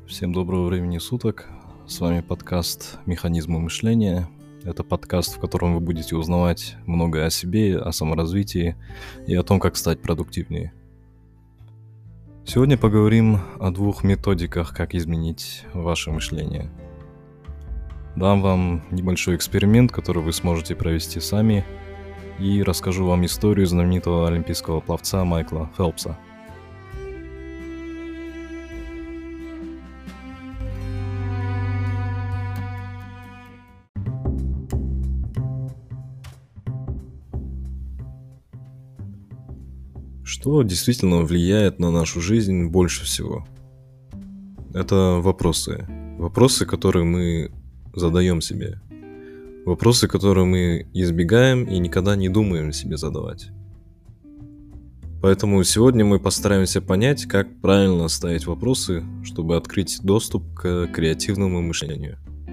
Всем доброго времени суток. С вами подкаст «Механизмы мышления». Это подкаст, в котором вы будете узнавать многое о себе, о саморазвитии и о том, как стать продуктивнее. Сегодня поговорим о двух методиках, как изменить ваше мышление. Дам вам небольшой эксперимент, который вы сможете провести сами, и расскажу вам историю знаменитого олимпийского пловца Майкла Фелпса. Что действительно влияет на нашу жизнь больше всего? Это вопросы. Вопросы, которые мы задаем себе. Вопросы, которые мы избегаем и никогда не думаем себе задавать. Поэтому сегодня мы постараемся понять, как правильно ставить вопросы, чтобы открыть доступ к креативному мышлению.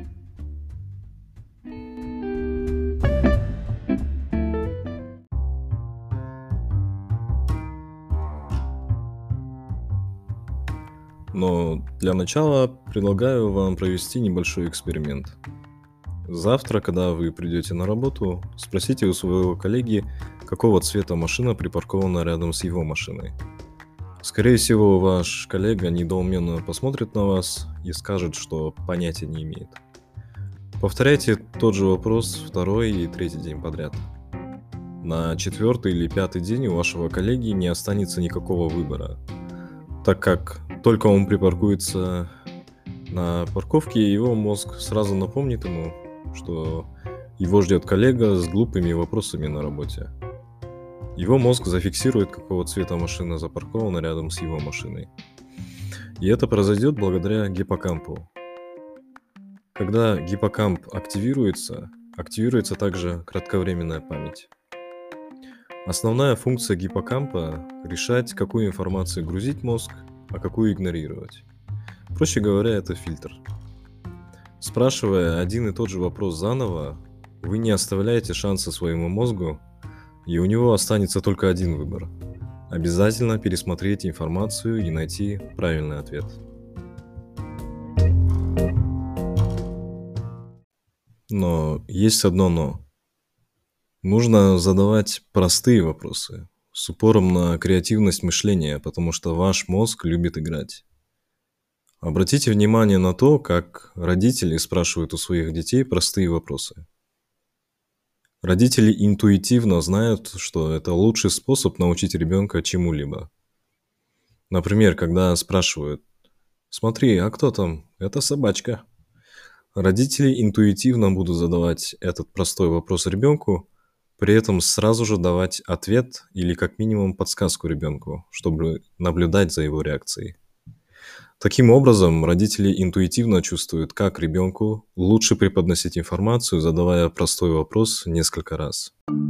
Но для начала предлагаю вам провести небольшой эксперимент. Завтра, когда вы придете на работу, спросите у своего коллеги, какого цвета машина припаркована рядом с его машиной. Скорее всего, ваш коллега недоуменно посмотрит на вас и скажет, что понятия не имеет. Повторяйте тот же вопрос второй и третий день подряд. На четвертый или пятый день у вашего коллеги не останется никакого выбора, так как только он припаркуется на парковке, его мозг сразу напомнит ему, что его ждет коллега с глупыми вопросами на работе. Его мозг зафиксирует, какого цвета машина запаркована рядом с его машиной. И это произойдет благодаря гиппокампу. Когда гиппокамп активируется также кратковременная память. Основная функция гиппокампа – решать, какую информацию грузить в мозг, а какую игнорировать. Проще говоря, это фильтр. Спрашивая один и тот же вопрос заново, вы не оставляете шанса своему мозгу, и у него останется только один выбор – обязательно пересмотреть информацию и найти правильный ответ. Но есть одно «но». Нужно задавать простые вопросы, с упором на креативность мышления, потому что ваш мозг любит играть. Обратите внимание на то, как родители спрашивают у своих детей простые вопросы. Родители интуитивно знают, что это лучший способ научить ребенка чему-либо. Например, когда спрашивают: «Смотри, а кто там? Это собачка». Родители интуитивно будут задавать этот простой вопрос ребенку, при этом сразу же давать ответ или как минимум подсказку ребенку, чтобы наблюдать за его реакцией. Таким образом, родители интуитивно чувствуют, как ребенку лучше преподносить информацию, задавая простой вопрос несколько раз.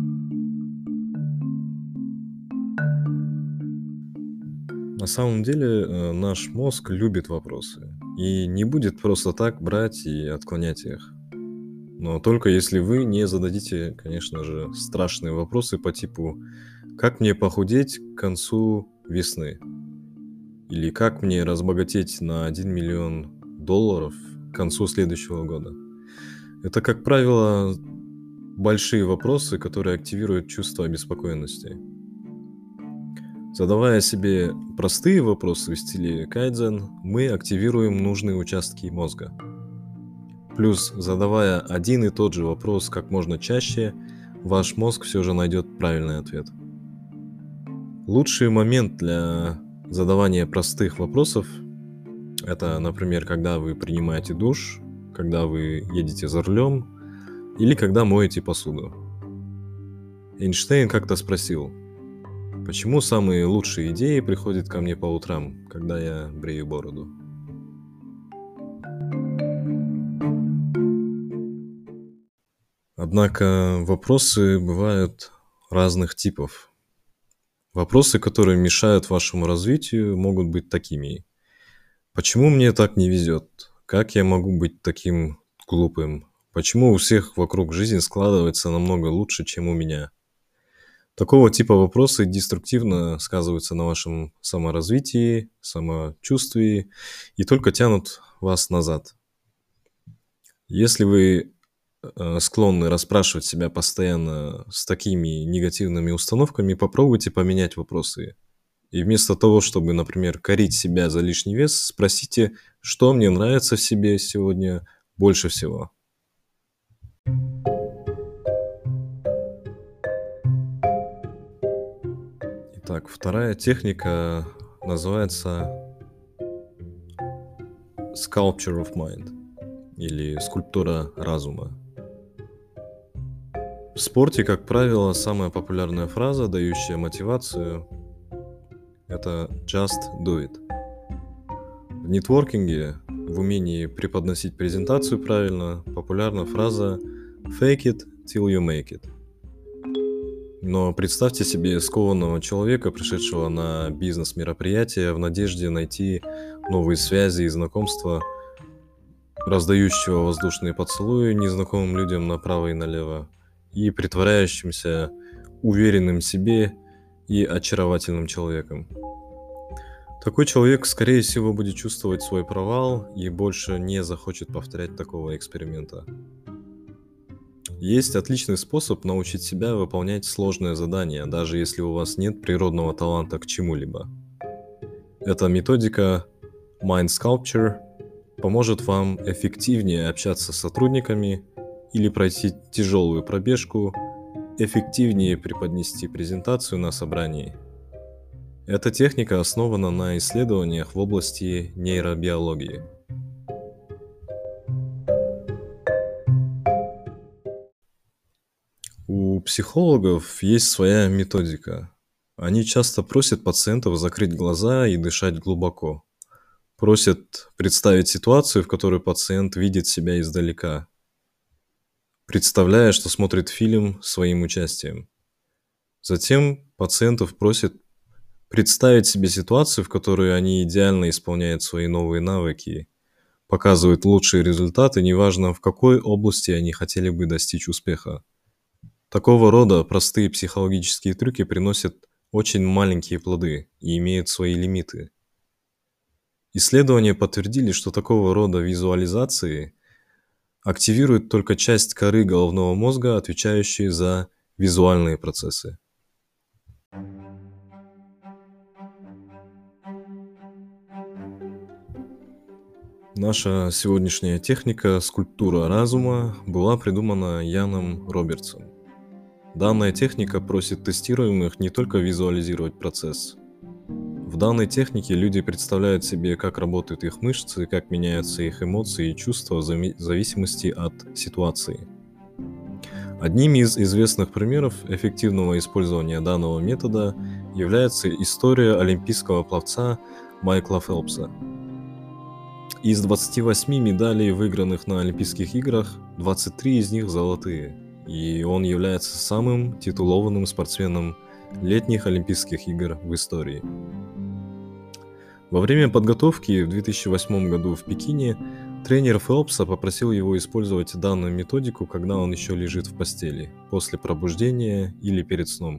На самом деле, наш мозг любит вопросы и не будет просто так брать и отклонять их. Но только если вы не зададите, конечно же, страшные вопросы по типу «Как мне похудеть к концу весны?» Или «Как мне разбогатеть на $1 миллион к концу следующего года?» Это, как правило, большие вопросы, которые активируют чувство обеспокоенности. Задавая себе простые вопросы в стиле кайдзен, мы активируем нужные участки мозга. Плюс, задавая один и тот же вопрос как можно чаще, ваш мозг все же найдет правильный ответ. Лучший момент для задавания простых вопросов – это, например, когда вы принимаете душ, когда вы едете за рулем или когда моете посуду. Эйнштейн как-то спросил: «Почему самые лучшие идеи приходят ко мне по утрам, когда я брею бороду?» Однако вопросы бывают разных типов. Вопросы, которые мешают вашему развитию, могут быть такими: «Почему мне так не везет? Как я могу быть таким глупым? Почему у всех вокруг жизнь складывается намного лучше, чем у меня?» Такого типа вопросы деструктивно сказываются на вашем саморазвитии, самочувствии и только тянут вас назад. Если вы склонны расспрашивать себя постоянно с такими негативными установками, попробуйте поменять вопросы. И вместо того, чтобы, например, корить себя за лишний вес, спросите, что мне нравится в себе сегодня больше всего. Итак, вторая техника называется Sculpture of Mind или скульптура разума. В спорте, как правило, самая популярная фраза, дающая мотивацию, это «just do it». В нетворкинге, в умении преподносить презентацию правильно, популярна фраза «fake it till you make it». Но представьте себе скованного человека, пришедшего на бизнес-мероприятие в надежде найти новые связи и знакомства, раздающего воздушные поцелуи незнакомым людям направо и налево и притворяющимся уверенным в себе и очаровательным человеком. Такой человек, скорее всего, будет чувствовать свой провал и больше не захочет повторять такого эксперимента. Есть отличный способ научить себя выполнять сложные задания, даже если у вас нет природного таланта к чему-либо. Эта методика Mind Sculpture поможет вам эффективнее общаться с сотрудниками или пройти тяжелую пробежку, эффективнее преподнести презентацию на собрании. Эта техника основана на исследованиях в области нейробиологии. У психологов есть своя методика. Они часто просят пациентов закрыть глаза и дышать глубоко. Просят представить ситуацию, в которой пациент видит себя издалека, представляя, что смотрит фильм своим участием. Затем пациентов просят представить себе ситуацию, в которой они идеально исполняют свои новые навыки, показывают лучшие результаты, неважно в какой области они хотели бы достичь успеха. Такого рода простые психологические трюки приносят очень маленькие плоды и имеют свои лимиты. Исследования подтвердили, что такого рода визуализации активируют только часть коры головного мозга, отвечающей за визуальные процессы. Наша сегодняшняя техника «Скульптура разума» была придумана Яном Робертсом. Данная техника просит тестируемых не только визуализировать процесс. В данной технике люди представляют себе, как работают их мышцы, как меняются их эмоции и чувства в зависимости от ситуации. Одним из известных примеров эффективного использования данного метода является история олимпийского пловца Майкла Фелпса. Из 28 медалей, выигранных на Олимпийских играх, 23 из них золотые, и он является самым титулованным спортсменом летних Олимпийских игр в истории. Во время подготовки в 2008 году в Пекине тренер Фелпса попросил его использовать данную методику, когда он еще лежит в постели, после пробуждения или перед сном.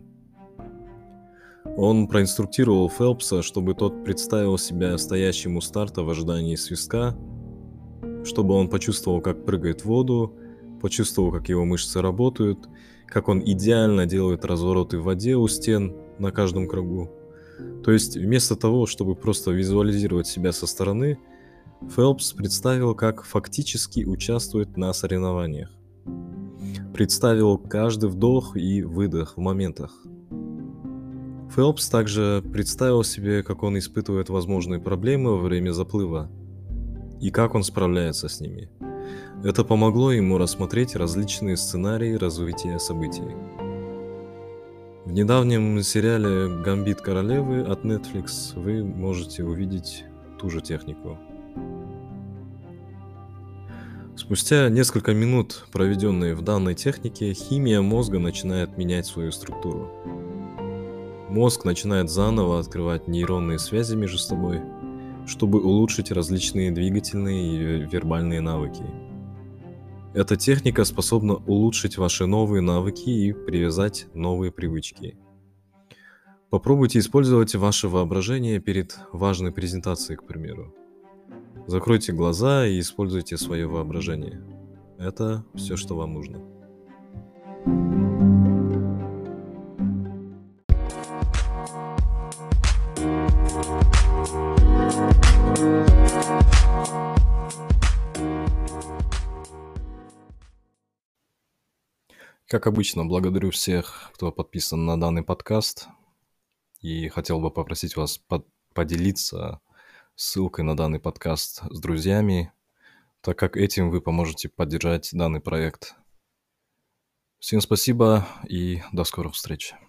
Он проинструктировал Фелпса, чтобы тот представил себя стоящим у старта в ожидании свистка, чтобы он почувствовал, как прыгает в воду, почувствовал, как его мышцы работают, как он идеально делает развороты в воде у стен на каждом кругу. То есть вместо того, чтобы просто визуализировать себя со стороны, Фелпс представил, как фактически участвует на соревнованиях. Представил каждый вдох и выдох в моментах. Фелпс также представил себе, как он испытывает возможные проблемы во время заплыва и как он справляется с ними. Это помогло ему рассмотреть различные сценарии развития событий. В недавнем сериале «Гамбит королевы» от Netflix вы можете увидеть ту же технику. Спустя несколько минут, проведенные в данной технике, химия мозга начинает менять свою структуру. Мозг начинает заново открывать нейронные связи между собой, чтобы улучшить различные двигательные и вербальные навыки. Эта техника способна улучшить ваши новые навыки и привязать новые привычки. Попробуйте использовать ваше воображение перед важной презентацией, к примеру. Закройте глаза и используйте свое воображение. Это все, что вам нужно. Как обычно, благодарю всех, кто подписан на данный подкаст. И хотел бы попросить вас поделиться ссылкой на данный подкаст с друзьями, так как этим вы поможете поддержать данный проект. Всем спасибо и до скорых встреч.